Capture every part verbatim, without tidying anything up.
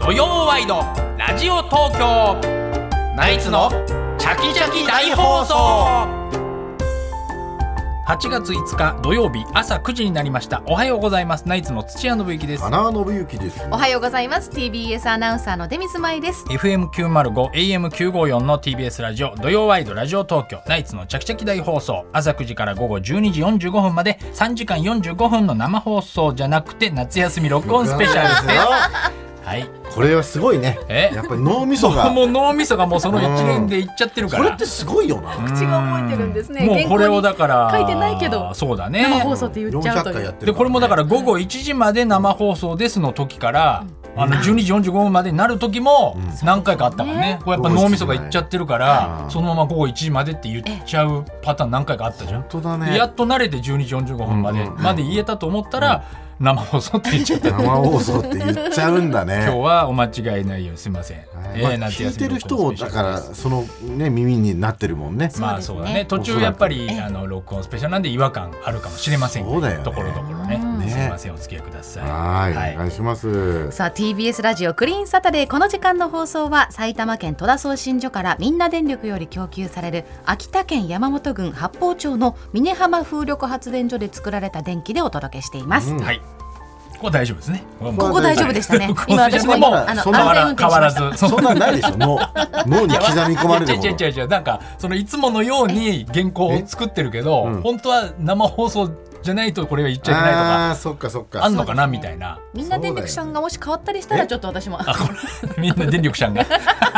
土曜ワイドラジオ東京ナイツのチャキチャキ大放送。はちがついつか土曜日朝くじになりました。おはようございます。ナイツの土屋信之です。 花信之です。 おはようございます。 ティービーエス アナウンサーの出水舞です。 エフエムきゅうまるご エーエムきゅうごよん の ティービーエス ラジオ土曜ワイドラジオ東京ナイツのチャキチャキ大放送。朝くじから午後じゅうにじよんじゅうごふんまでさんじかんよんじゅうごふんの生放送じゃなくて夏休み録音スペシャルですよ。はい、 これはすごいね。 えやっぱり脳みそがもう脳みそがもうその一連でいっちゃってるから、 これってすごいよな。 口が覚えてるんですね。 もうこれをだから書いてないけどそうだね、 生放送って言っちゃうという。 よんひゃっかいやってるからね。 でこれもだから午後いちじまで生放送ですの時から、うん、あのじゅうにじよんじゅうごふんまでになる時も何回かあったからね、うん、こうやっぱ脳みそがいっちゃってるから、そのまま午後いちじまでって言っちゃうパターン何回かあったじゃん。 本当だね。 やっと慣れてじゅうにじよんじゅうごふんまで、うんうん、まで言えたと思ったら、うん、生放送って言っちゃった生放送って言っちゃうんだね。 今日はお間違いないようにすみません、えーまあ、 夏休み聞いてる人をだからその、ね、耳になってるもんね。 まあそうだね、途中やっぱりあの録音スペシャルなんで違和感あるかもしれませんが、 そうだよね、 ところどころね、 ね、 すみませんお付き合いください。 はい、はい、お願いします。 さあ ティービーエス ラジオクリーンサタデー、この時間の放送は埼玉県戸田送信所からみんな電力より供給される秋田県山本郡八峰町の峰浜風力発電所で作られた電気でお届けしています、 うん、はい、ここ大丈夫ですね。 ここ大丈夫でしたね。今私ももあの変わらずそんなんないでしょ。脳脳に刻み込まれるもの。 違う違う違う、なんかそのいつものように原稿を作ってるけど、うん、本当は生放送じゃないとこれは言っちゃいけないとか、 あ、そっかそっか、 あんのかなみたいな。 みんな電力さんがもし変わったりしたらちょっと私もみんな電力さんがち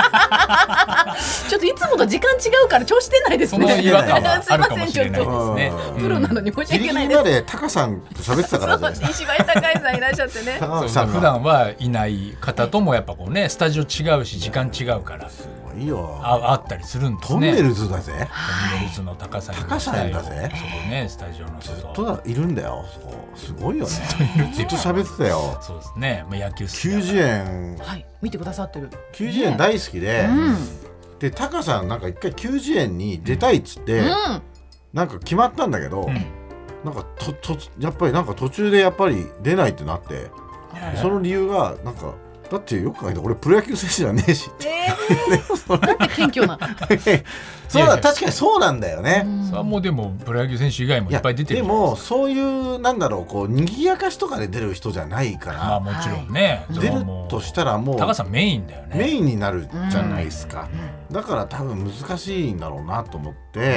ょっといつもと時間違うから調子出ないですね。 その違和感はあるかもしれないですね。 プロなのに申し訳ないです。ギリギリまでタカさんと喋ってたからね。石橋高井さんいらっしゃってね。 そうそう、普段はいない方ともやっぱこうね、スタジオ違うし時間違うからすごいよ、 あ, あったりするんですね。 トンネルズだぜ。 トンネルズの高さん高さんだぜ。 そこね、スタジオのずっといるんだよ。すごいよね。ずっと喋ってたよ。 そうですね、まあ、野球好ききゅうじゅうえん、 はい、見てくださってる。 きゅうじゅうえん大好きで、ね、うん、でタカさんなんか一回きゅうじゅうえんに出たいっつって、うん、なんか決まったんだけど、うん、なんかととやっぱりなんか途中でやっぱり出ないってなって、その理由がなんかだってよく考えて俺プロ野球選手じゃねえしって、 えー、なんて謙虚なそうだ、確かにそうなんだよね。 それはもうでもプロ野球選手以外もいっぱい出てる。 でもそういうなんだろう、こう賑やかしとかで出る人じゃないから、 まあもちろんね、 はい、出るとしたらもう高さんメインだよね。 メインになるじゃないですか、うん、だから多分難しいんだろうなと思って、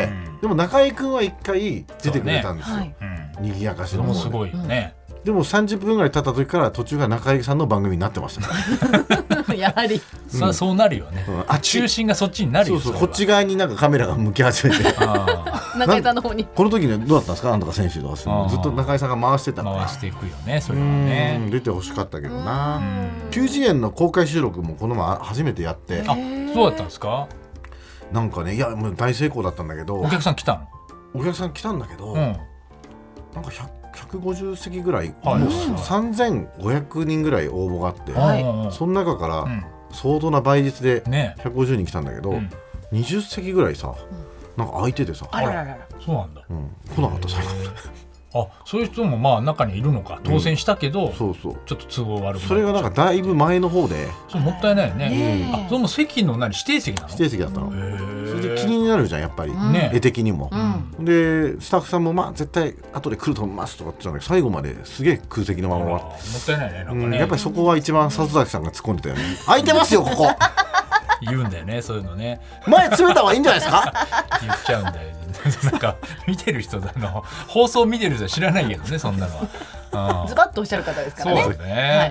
うん、でも中居君は一回出てくれたんですよ、ね、はい、賑やかしの方で。 それもすごいよね、うん、 でもさんじゅっぷんぐらい経った時から途中が中居さんの番組になってましたやはり、 うん、そ, そうなるよね、うん、あ中心がそっちになるよ。 そうそう、こっち側になんかカメラが向き始めて中居さんの方に。 この時にどうだったんですか、なんとか選手とかずっと中居さんが回してたから。 回していくよね、それはね。 出てほしかったけどな。きゅうじゅうえんの公開収録もこの前初めてやって。 あ、そうだったんですか。 なんかね、いやもう大成功だったんだけど。 お客さん来たの？ お客さん来たんだけど、うん、なんかひゃくごじゅっせきぐらい、 はい、 もうさんぜんごひゃくにんぐらい応募があって、はい、その中から相当な倍率でひゃくごじゅうにん来たんだけど、うん、にじゅっせきぐらいさ、なんか空いててさ、 あららら、 そうなんだ、 うん、来なかった最後まで。 あ、そういう人もまあ中にいるのか。当選したけど、うん、そうそう、ちょっと都合悪くなっちゃう。 それがなんかだいぶ前の方で、 それもったいないよね。あ、それも席の何指定席なの？ 指定席だったの。それで気になるじゃんやっぱり、 ね、 絵的にも、 うん、 でスタッフさんもまあ絶対後で来ると思いますとかって言ったんだけど、最後まですげえ空席のまま終わって、 もったいないね、なんかね、 うん、やっぱりそこは一番里崎さんが突っ込んでたよね。空いてますよここ言うんだよね、そういうのね。 前詰めた方がいいんじゃないですか言っちゃうんだよなんか見てる人あの放送見てる人は知らないけどね、そんなのは。 ズバッとおっしゃる方ですからね。 そうですね、はい。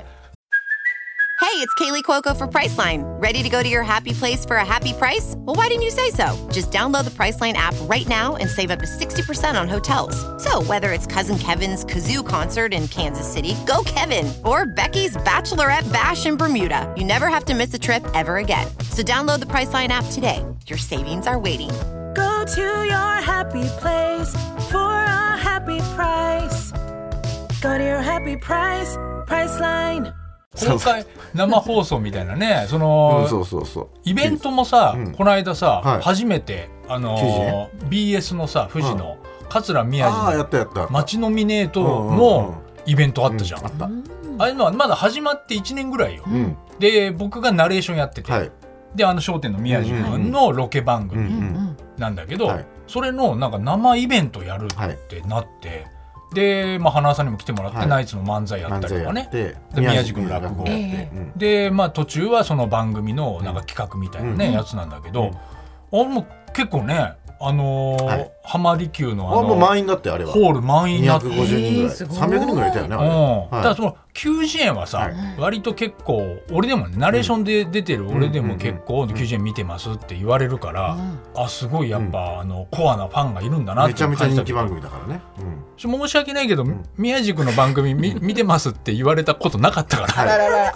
Hey, it's Kaylee Cuoco for Priceline. Ready to go to your happy place for a happy price? Well, why didn't you say so? Just download the Priceline app right now and save up to sixty percent on hotels. So whether it's Cousin Kevin's Kazoo Concert in Kansas City, go Kevin, or Becky's Bachelorette Bash in Bermuda, you never have to miss a trip ever again. So download the Priceline app today. Your savings are waiting. Go to your happy place for a happy price. Go to your happy price, Priceline. 公開生放送みたいなね、その、 うん、そうそうそう、 イベントもさ、うん、この間さ、 はい、 初めてあのー、ビーエス のさ富士の、うん、桂宮治の街ノミネートのイベントあったじゃん、 うんうん、あったあれのまだ始まっていちねんぐらいよ、 うん、 で僕がナレーションやってて、はい、であの笑点の宮治君のロケ番組なんだけど、うんうん、それのなんか生イベントやるってなって、はい、で、まあ、花輪さんにも来てもらって、はい、ナイツの漫才やったりとかね、で宮治君の落語やって、えー、で、まあ、途中はその番組のなんか企画みたいなね、うん、やつなんだけど、うん、あれも結構ねあのーはい、浜離宮のあのもう満員だってあれはホール満員になってにひゃくごじゅうにんぐらい、えー、さんびゃくにんぐらいいたよねあれ、うんはい、ただそのきゅうじゅうえんはさ、はい、割と結構俺でもねナレーションで出てる俺でも結構きゅうじゅうえん見てますって言われるから、うん、あすごいやっぱ、うん、あのコアなファンがいるんだなってめちゃめちゃ人気番組だからね、うん、 申し訳ないけど、うん、宮治君の番組見てますって言われたことなかったから、はい、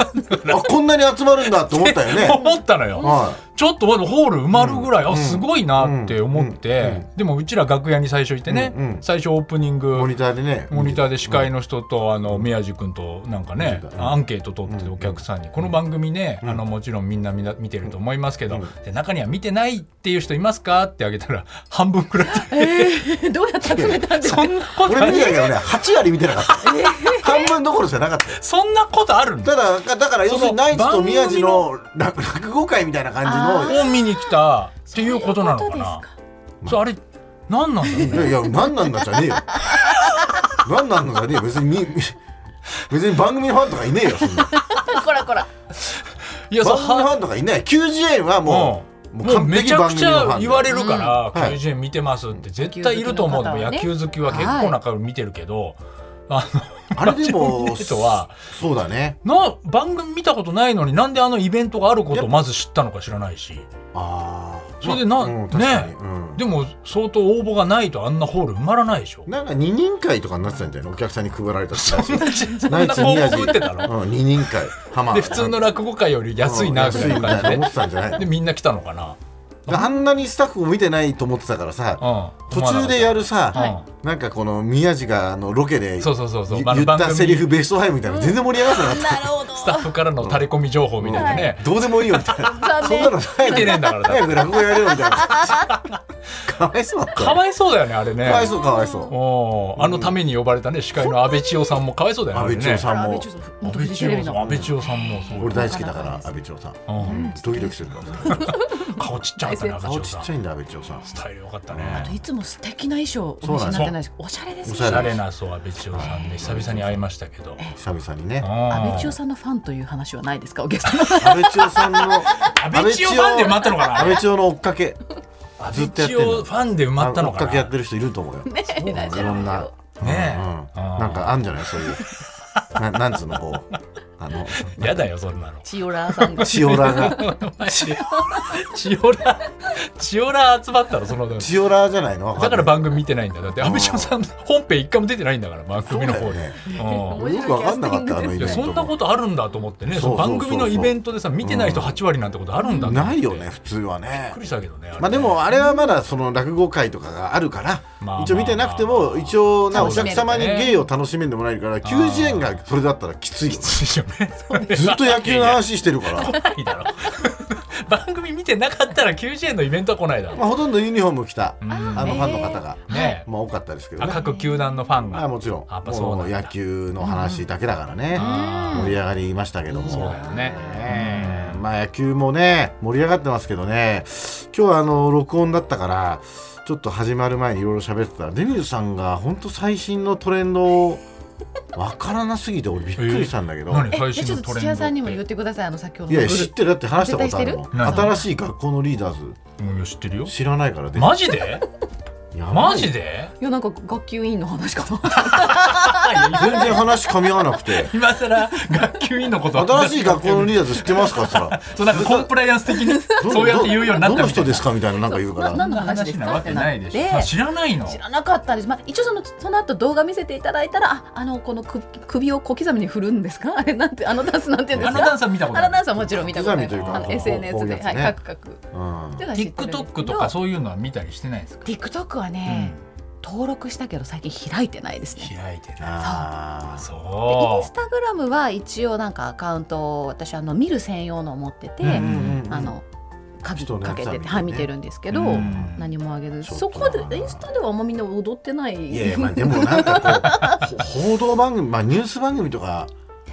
あこんなに集まるんだって思ったよね思ったのよ、はい、ちょっとまだホール埋まるぐらい、うん、あすごいなって思って、うんうん、でもうちら楽屋に最初いてね、うんうん、最初オープニングモニターでねモニターで司会の人と、うん、あの宮治君となんかね、うん、アンケート取ってお客さんに、うん、この番組ね、うん、あのもちろんみんな見てると思いますけど、うん、で中には見てないっていう人いますかってあげたら半分くらい、 えー、どうやって集めたんですか。 そんなこと俺見てたけどねはちわり見てなかった、えー、半分どころじゃなかったそんなことあるんだ。 だからだから要するにナイツと宮治の落語会みたいな感じのを見に来たっていうことなのかな。そうあれ何なんだろうね。 いやいや何なんだじゃねえよ何なんだじゃねえよ別に別に番組のファンとかいねえよそんなこらこらいや番組のファンとかいないきゅうじゅうえんはもう、 うん、もう完璧番組のファンもうめちゃくちゃ言われるから、うん、きゅうじゅうえん見てますって絶対いると思う、ね、野球好きは結構な数見てるけど、はい、あのあれでもはそうだねな番組見たことないのになんであのイベントがあることをまず知ったのか知らないしあそれでな、 まあうん、 ね、 うん、 でも相当応募がないとあんなホール埋まらないでしょ。 なんかににん会とかになってたんじゃないのお客さんに配られたそんなナイツ宮治ってたの、 うん、ににん会で普通の落語会より安いなぐらいの感じで思ってたんじゃないでみんな来たのかな。 あんなにスタッフも見てないと思ってたからさ、うん、途中でやるさ、はい、なんかこの宮治があのロケでそうそうそうそう、 言ったセリフベストファイブみたいなの全然盛り上がってなかった、 うん、 スタッフからのタレコミ情報みたいなね、 うん、どうでもいいよみたいなそんなの見てねえんだから早く落語やれよみたいなかわいそうだったかわいそうだよねあれねかわいそうかわいそうおあのために呼ばれたね司会の安倍千代さんもかわいそうだよね安倍千代さんも安倍千代さん安倍千代さんも俺大好きだから安倍千代さん、うん、ドキドキするから顔ちっちゃかったね顔ちっちゃいんだ安倍千代さんスタイル良かったね。 あといつも素敵な衣装お召しになってないですおしゃれですね。 おしゃれなそう安倍千代さんで久々に会いましたけど久々にね安倍千代さんのファンという話はないですかおゲストの安倍千代さんの安倍千代ファンで埋まったのかな安倍千代の追っかけずっとやってるファンで埋まったのかな追っかけやってる人いると思うよねえいろんなねえなんかあんじゃないそういうななんつうのこうあのやだよそんなのチオラーさんがチオラーがチオラーチオラー集まったのそのチオラーじゃないのだから番組見てないんだだって安倍千代さん本編一回も出てないんだから番組の方で、 ね、うん、よく分かんなかったあのイベントそんなことあるんだと思ってねその番組のイベントでさ見てない人はちわりなんてことあるんだって、 うん、ないよね普通はねびっくりしたけどねまあでもあれはまだその落語会とかがあるから、まあ、一応見てなくても一応なお客様に芸を楽しめてもらえるからきゅうじゅうえんがそれだったらきついよねきついよねずっと野球の話してるから来ないだろ番組見てなかったらきゅうじゅうえんのイベントは来ないだろ、 まあ、ほとんどユニフォーム着たあのファンの方が、ねまあ、多かったですけどね各球団のファンがあもちろんやっぱそうもう野球の話だけだからね、うん、盛り上がりましたけどもそうだよね、 えー、まあ野球もね盛り上がってますけどね今日はあの録音だったからちょっと始まる前にいろいろ喋ってたらデミルさんが本当最新のトレンドを分からなすぎて俺びっくりしたんだけど、えー、 何最新のトレンドってちょっと土屋さんにも言ってくださいあの先ほどいや知ってるだって話したことあるもん新しい学校のリーダーズうん、知ってるよ知らないからマジでマジでいやなんか学級委員の話かな全然話噛み合わなくて今更学級委員のこと新しい学校のリーダーズ知ってますかって言ったらそうなんかコンプライアンス的にそうやって言うようになったどの人ですかみたいななんか言うから何の話ですかなわけないでしょ、まあ、知らないの知らなかったです、まあ、一応そのその後動画見せていただいたらああのこの首、首を小刻みに振るんですかあれなんてあのダンスなんていうんですかあのダンスは見たことないあのダンスはもちろん見たことないというかエスエヌエス で、ねはい、カクカク、 うん、 TikTok とかそういうのは見たりしてないですか TikTok はね、うん登録したけど最近開いてないですね開いてないあそうでインスタグラムは一応なんかアカウントを私あの見る専用のを持ってて、うんうんうん、あのかけてて、はい、見てるんですけど、うん、何もあげずそこでインスタではあんまみんな踊ってないいやいや、まあ、でもなんかこう報道番組、まあ、ニュース番組とか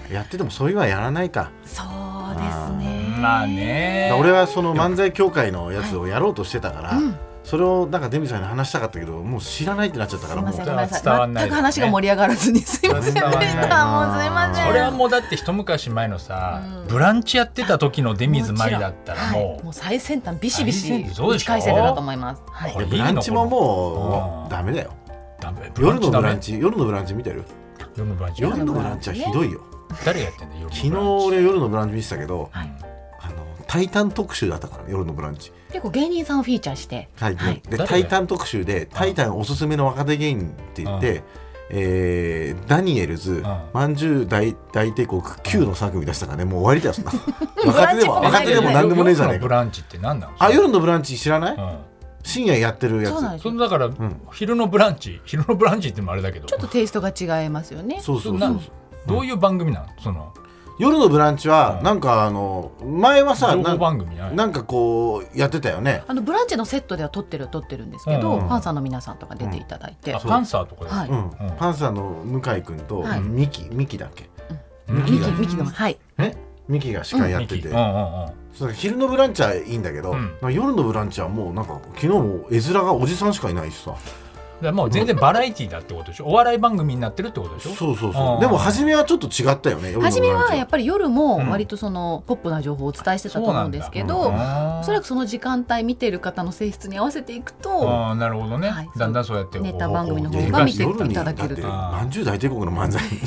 やっててもそういうのはやらないか。 そうですね。 まあね。 俺はその漫才協会のやつをやろうとしてたから、 うん、 それをなんかデミさんに話したかったけど、もう知らないってなっちゃったから、もうすいませんごめんなさい、 伝わんないですね全く話が盛り上がらずにすいませんでした。もうすいません。 それはもうだって一昔前のさ、うん、ブランチやってた時の出水舞だったらもう、 はい、もう最先端ビシビシ打ちそうでしょ返せてたと思います。はい、 ブランチももうダメだよ。 ダメ。 夜のブランチ、夜のブランチ見てる？ 夜のブランチ、 夜のブランチはひどいよ。 誰やってんだよ。 昨日俺夜のブランチ見てたけど、はい、あのタイタン特集だったから、夜のブランチ結構芸人さんをフィーチャーして、 はいはい、でタイタン特集でタイタンおすすめの若手芸人って言って、えー、ダニエルズ、まんじゅう 大, 大帝国きゅうのさん組出したからね、もう終わりだよそんな若手でも若手でも何でもねえじゃないか。 夜のブランチって何なの？ あ、夜のブランチ知らない？うん、深夜やってるやつ。 そうそのだから、うん、昼のブランチ昼のブランチってもあれだけど、 ちょっとテイストが違いますよね。 そうそうそうそう。 どういう番組なの？その夜のブランチはなんかあの前はさ、 情報番組ななんかこうやってたよね。 あのブランチのセットでは撮ってる撮ってるんですけど、うんうん、パンサーの皆さんとか出ていただいて、 うん、パンサーとかで、 はい、 うん、パンサーの向井くんとミキ、はい、ミキだっけ、 うん、ミキミキのはいえミキが司会やってて、うんうんうんうん、それ昼のブランチはいいんだけど、うん、夜のブランチはもうなんか昨日も絵面がおじさんしかいないしさ。 もう全然バラエティーだってことでしょ。お笑い番組になってるってことでしょ。 そうそうそう。でも初めはちょっと違ったよね。 初めはやっぱり夜も割とそのポップな情報をお伝えしてたと思うんですけど、うん、おそらくその時間帯見てる方の性質に合わせていくと、 あ、なるほどね、はい、だんだんそうやってネタ番組の方が見ていただけると。 まんじゅう大帝国の漫才に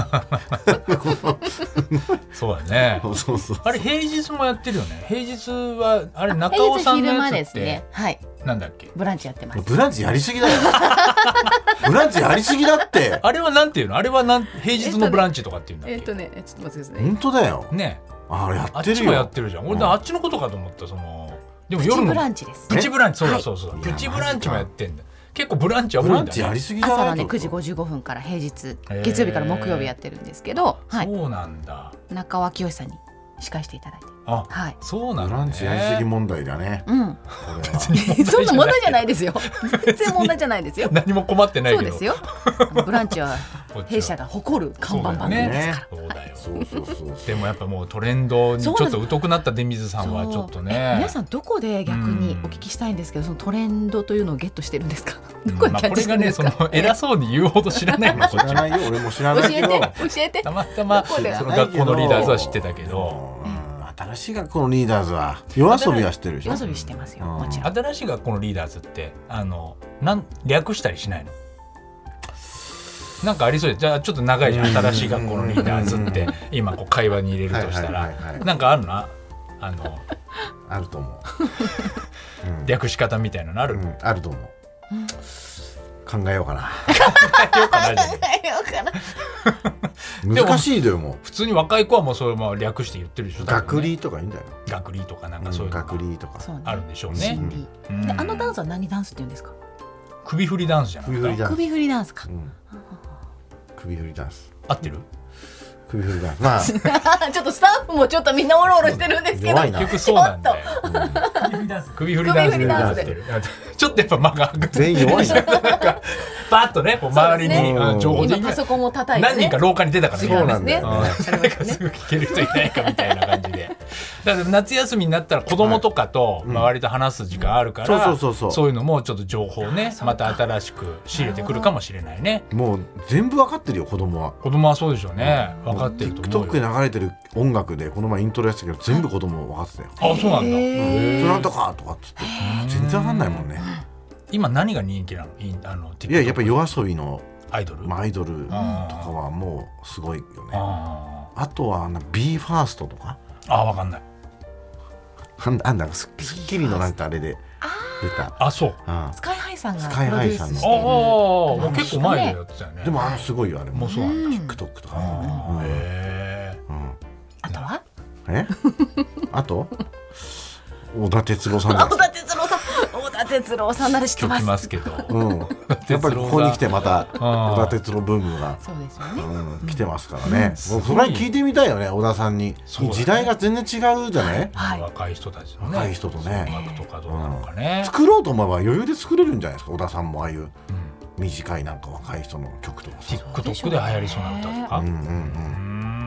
そうだね。 そうそう。 あれ平日もやってるよね。平日はあれ中尾さんのやつって、ね、はい、なんだっけ？ ブランチやってます。 ブランチやりすぎだよ。ブランチやりすぎだって。 あれはなんていうの？あれはなん平日のブランチとかっていうんだっけ？ えっとね、えっとね、ちょっと待ってくださいね。 本当だよ。 ね。 あれやってるよ。 あっちもやってるじゃん。俺あっちのことかと思った。そのでも夜のプチブランチです。 プチブランチ、そうだそうそう。プチブランチもやってんだ。結構ブランチは多いんだね。 ブランチやりすぎだね。 朝のねくじごじゅうごふんから平日月曜日から木曜日やってるんですけど、 はい、そうなんだ。 中尾清さんに司会していただいて。 あ、 はい、 そうなんだ、ね。 ブランチやりすぎ問題だね。 うん。そんな問題じゃないですよ。全然問題じゃないですよ。 何も困ってないけど。 そうですよ。ブランチは弊社が誇る看板番組ですから。 そうだよ。 そうそうそう。 でもやっぱもうトレンドにちょっと疎くなった出水さんはちょっとね。 皆さんどこで逆にお聞きしたいんですけど、そのトレンドというのをゲットしてるんですか。どこでキャッチしてるんですか。 まあこれがね、その偉そうに言うほど知らないの。 知らないよ。俺も知らないけど。 教えて教えて。 たまたまその学校のリーダーズは知ってたけど。 新しい学校のリーダーズは夜遊びは知ってるでしょ。 夜遊び知ってますよ、もちろん。 新しい学校のリーダーズってあのなん略したりしないの？なんかありそうで、じゃあちょっと長いじゃん。新しい学校のリーダーズって今こう会話に入れるとしたらなんかあるな、あのあると思う、 うん、略し方みたいなのある、うん、 あると思う、うん、考えようかな考えようかな考えようかな難しいだよ。もう普通に若い子はもうそれまあ略して言ってるでしょ。 学リーとかいいんだよ。 学リーとかなんかそういうのが、 うん、学リーとかあるんでしょうね。 うん、であのダンスは何ダンスって言うんですか？ 首振りダンスじゃないですか。 首振りダンスか、うん、 首振りダンス合ってる？ 首振りダンス、まあちょっとスタッフもちょっとみんなオロオロしてるんですけど、 結局そうなんだよ。首振りダンス首振りダンスでダンスでちょっとやっぱ間が空く。 全員弱いなパッとね、こう周りに、 ね、 情報で今パソコンを叩いて、ね、 何人か廊下に出たからね。 そうなんだよね。 誰かすぐ聞ける人いないかみたいな感じで。だから夏休みになったら子供とかと周りと話す時間あるから、そういうのもちょっと情報をね、また新しく仕入れてくるかもしれないね。 もう全部分かってるよ、子供は。 子供はそうでしょうね。分かってると思うよ。 TikTok で流れてる音楽でこの前イントロやってたけど全部子供分かってたよ。 あ、そうなんだ。 それなんとかとかっつって全然分かんないもんね。 今何が人気なの？あのいややっぱり夜遊びのアイドル、 まあ、アイドルとかはもうすごいよね。あ, あとはな ビーファースト とか。 あ、分かんない。 あんだスッキリのなんかあれで出た。 あ、そう。 スカイハイさんがスカイハイさんの。 ああ、もう結構前でやってたよね。 でもあのすごいよあれも。 もうそうなんだ。 TikTok とか。へえ。あとは？ え？あと？小田哲郎さんだ。 小田哲郎さん、小田哲郎さんなら知ってます。 聞きますけど、 うん、やっぱりここに来てまた小田哲郎ブームがそうですよね、 うん、来てますからね。うん、もうそれ聞いてみたいよね、小田さんに。時代が全然違うじゃない？ はい、若い人たちのね。 若い人とね。 音楽とかどうなのかね、 うん。作ろうと思えば余裕で作れるんじゃないですか。小田さんもああいう、うん、短いなんか若い人の曲とか。 TikTok で流行りそうな歌とか。うんうんうん。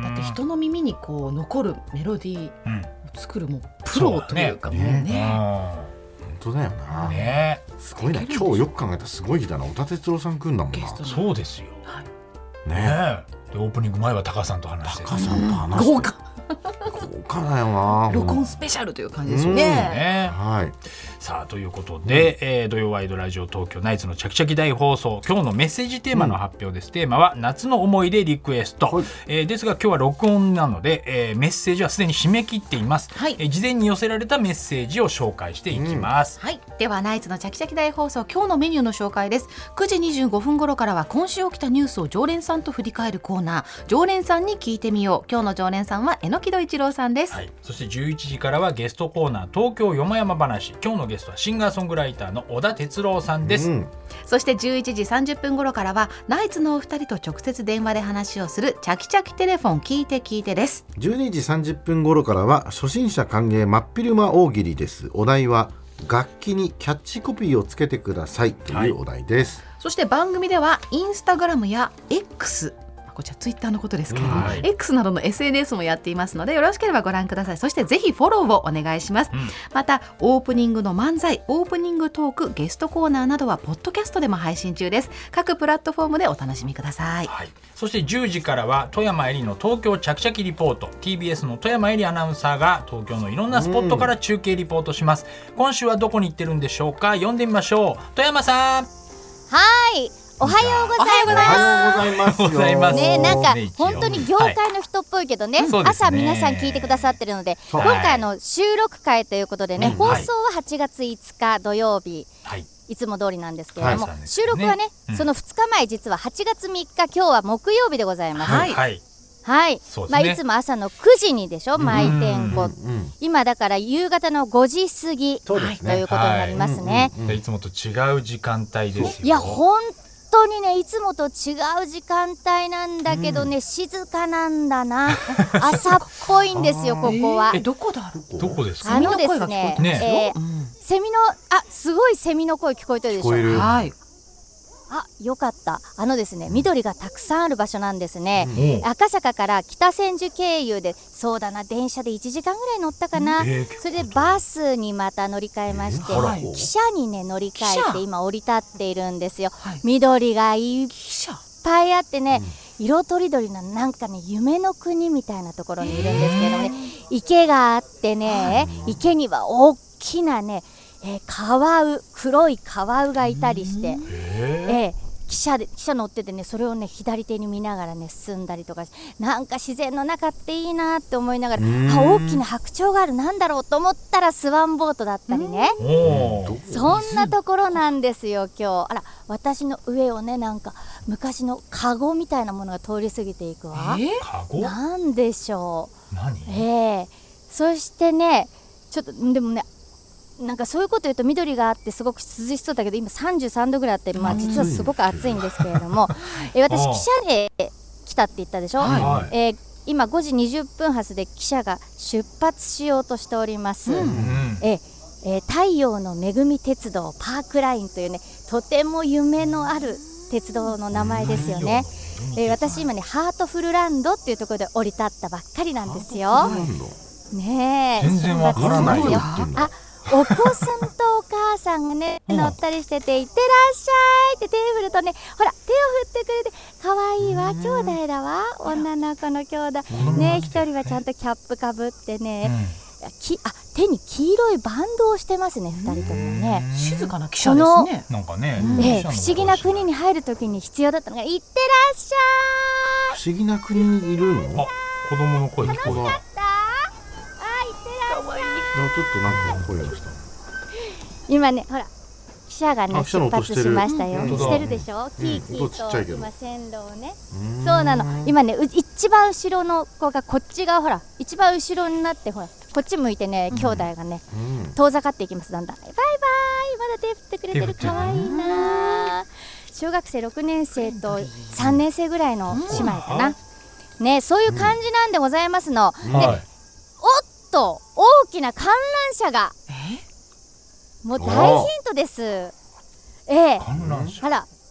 だって人の耳にこう残るメロディーうんを作るもうプロというかそうもうね本当だよな、 ねすごいな。今日よく考えたらすごい日だな。小田哲郎さん来るんだもんなゲストのそうですよ、 はいね。 ねでオープニング前は高さんと話して高さんと話して豪華豪華だよな。 録音スペシャルという感じですようんね。 ねはい。 さあということで、えー、土曜ワイドラジオ東京ナイツのチャキチャキ大放送、今日のメッセージテーマの発表です。テーマは夏の思い出リクエスト、 はいえーですが今日は録音なので、えーメッセージはすでに締め切っています、 はいえー事前に寄せられたメッセージを紹介していきます、 はい、ではナイツのチャキチャキ大放送、今日のメニューの紹介です。くじにじゅうごふん頃からは今週起きたニュースを常連さんと振り返るコーナー、常連さんに聞いてみよう。今日の常連さんは榎戸一郎さんです。 はい、そしてじゅういちじからはゲストコーナー東京よもやま話、今日のゲストはシンガーソングライターの小田哲郎さんです、 うんそしてじゅういちじさんじゅっぷん頃からはナイツのお二人と直接電話で話をするチャキチャキテレフォン聞いて聞いてです。 じゅうにじさんじゅっぷん頃からは初心者歓迎真っ昼間大喜利です。お題は楽器にキャッチコピーをつけてくださいというお題です、 そして番組ではインスタグラムや X、こちらツイッターのことですけれども、 はい X などの エスエヌエス もやっていますのでよろしければご覧ください。そしてぜひフォローをお願いします、 うんまたオープニングの漫才、オープニングトーク、ゲストコーナーなどはポッドキャストでも配信中です。各プラットフォームでお楽しみください。 はい、そしてじゅうじからは富山えりの東京チャキチャキリポート、 ティービーエス の富山えりアナウンサーが東京のいろんなスポットから中継リポートします、今週はどこに行ってるんでしょうか。呼んでみましょう。富山さん。 はい、おはようございおます。 はようございますよ。 ございますね、なんかね一応本当に業界の人っぽいけどね、 そうですね朝皆さん聞いてくださってるので、 そう今回あの収録会ということでね、 うん放送ははちがついつか土曜日、 はいいつも通りなんですけれども、 はい収録はね、 うんそのふつかまえ、実ははちがつみっか、今日は木曜日でございます。 ははいい、 はいそうですまあねいつも朝のくじにでしょ、毎店舗。 うん今だから夕方のごじ過ぎ、 そうですねということになりますね。 うんでいつもと違う時間帯ですよ。 いや本当にね、いつもと違う時間帯なんだけどね、静かなんだな。朝っぽいんですよ、ここはえ。どこだろう。 どこですか。 あのですセミの声が聞こえねてますよ、 えーうんセミの、あ、すごいセミの声聞こえてるでしょ。 聞こえるはい、 あ、よかった。あのですね、緑がたくさんある場所なんですね。 おう赤坂から北千住経由で、そうだな、電車でいちじかんぐらい乗ったかな、 えー結構それでバスにまた乗り換えまして、 えーあら汽車にね乗り換え汽車て今降り立っているんですよ、 はい緑がいっ記者ぱいあってね、色とりどりななんかね夢の国みたいなところにいるんですけれどもね、池があってね、池には大きなね、えーカワウ、黒いカワウがいたりして、えー汽車で汽車乗っててね、それをね左手に見ながらね進んだりとかして、なんか自然の中っていいなって思いながら、あ、大きな白鳥がある、なんだろうと思ったらスワンボートだったりね、 おうそんなところなんですよ今日。あら、私の上をね、なんか昔のカゴみたいなものが通り過ぎていくわ。 えカゴなんでしょ何う。ええそしてね、ちょっとでもね、なんかそういうこと言うと緑があってすごく涼しそうだけど、今さんじゅうさんどぐらいあって、まあ、実はすごく暑いんですけれども、え私ああ汽車で来たって言ったでしょ、 はいえー今ごじにじゅっぷん発で汽車が出発しようとしております、 うんええー太陽の恵み鉄道パークラインというね、とても夢のある鉄道の名前ですよね。えー私今ねハートフルランドっていうところで降り立ったばっかりなんですよ。 なんだねえ、 全然わからないそうよですよ。あ、お子さんとお母さんがね、 うん乗ったりしてて、いってらっしゃいってテーブルとね、ほら手を振ってくれて、可愛いわ、兄弟だわ、女の子の兄弟ね、一人はちゃんとキャップかぶってね、きあ手に黄色いバンドをしてますね、二人ともね。 静かな記者ですね。 なんかね、 ええ、不思議な国に入るときに必要だったのが、いってらっしゃい。 不思議な国にいるの？ あ、子供の声聞こえここだ。 だあ、いってらっしゃい。 ちょっとなんか声がした。 今ね、ほら汽車がねあ汽車の出発音してるしましたよ、 うんしてるでしょ、キーキ音ちっちゃいけどーと今線路をね、 うんそうなの、今ねう一番後ろの子がこっち側、ほら一番後ろになって、ほらこっち向いてね、兄弟がねうん遠ざかっていきます。だんだんバイバイ、まだ手振ってくれてる、 手振ってるかわいいな。小学生ろくねん生とさんねん生ぐらいの姉妹かな、ね、そういう感じなんでございますの、ではい。 おっと大きな観覧車がもう大ヒントです。ええ、 観覧車。 あら、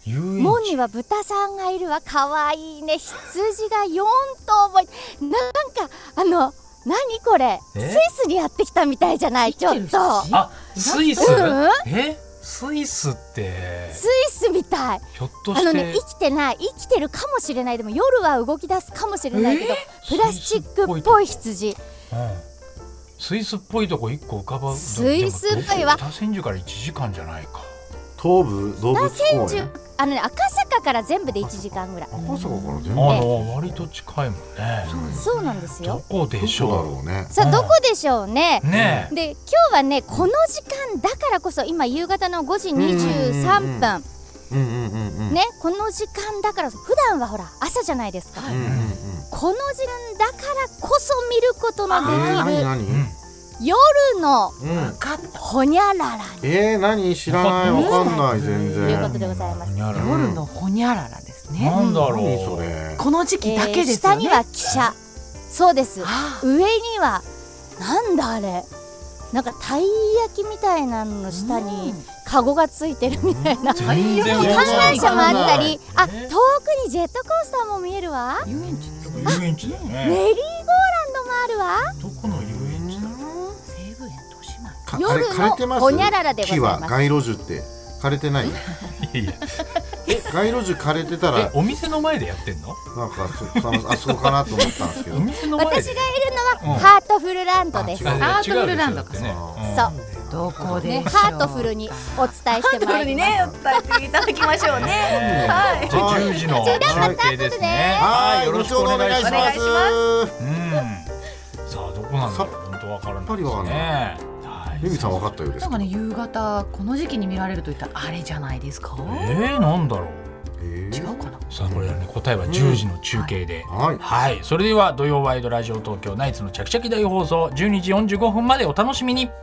遊園地門には豚さんがいるわ。かわいいね。羊がよんとうもいなんかあの何これスイえスにやってきたみたいじゃない？ちょっとあスイス、 うんえスイスってスイスみたい。 ひょっとしてあのね生きてない生きてるかもしれない。でも夜は動き出すかもしれないけど、 えプラスチックっぽい羊。 うんスイスっぽいとこ一個浮かばスイスっぽいわ。 北千住からいちじかんじゃないか。 東武動物北千住公園あのね赤坂から全部でいちじかんぐらい。 赤坂から全あ部の割と近いもんね。 そうなんですどよ。 こでしどこだょろうねさあうんどこでしょうね。 うねえで今日はねこの時間だからこそ今夕方のごじにじゅうさんぷんうんうんうんうんねこの時間だから普段はほら朝じゃないですか。 うんうんうんこの時間だからこそ見ることのえー、 できる何何うん夜のうんほにゃららにえー、何知らないわかんない全という然ことでございます。 ほにゃらら夜のほにゃららですね。 なんだろう何それこの時期だけえーですよね。 下には汽車。そうです。 あ上にはなんだあれなんかたい焼きみたいなのの下にカゴがついてるみたいな全然わ観かんない覧車もあったりあえ遠くにジェットコースターも見えるわ。 遊園地って遊園地だよメね。 リーゴーランドもあるわ。 どこの遊園地だろ西武園豊島か夜のあれ枯れてますほにゃららでございます木は街路樹って枯れてないう。いやいや街路樹枯れてたえらお店の前でやってんの？ なんかそあのあそこかなと思ったんですけどお店の前で。 私がいるのはうんハートフルランドです。 あ違うハートフルランドか違うでしょだってねそうどこでしょう。 ねハートフルにお伝えしてまいります。 お伝えていただきましょうね。はい。 じゃあじゅうじの中継ですね。 はいよろしくお願いします。 お願いしますうん。さあどこなんだろう本当わからないですね。はいユミさん分かったようですけどなんかね夕方この時期に見られるといったらあれじゃないですか。 えー、なんだろう。 えー違うかな。 さあこれはね答えはじゅうじの中継で、 はいはい、それでは土曜ワイドラジオ東京ナイツのチャキチャキ大放送じゅうにじよんじゅうごふんまでお楽しみに。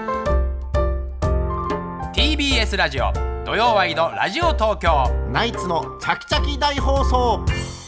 ティービーエス ラジオ土曜ワイドラジオ東京ナイツのチャキチャキ大放送。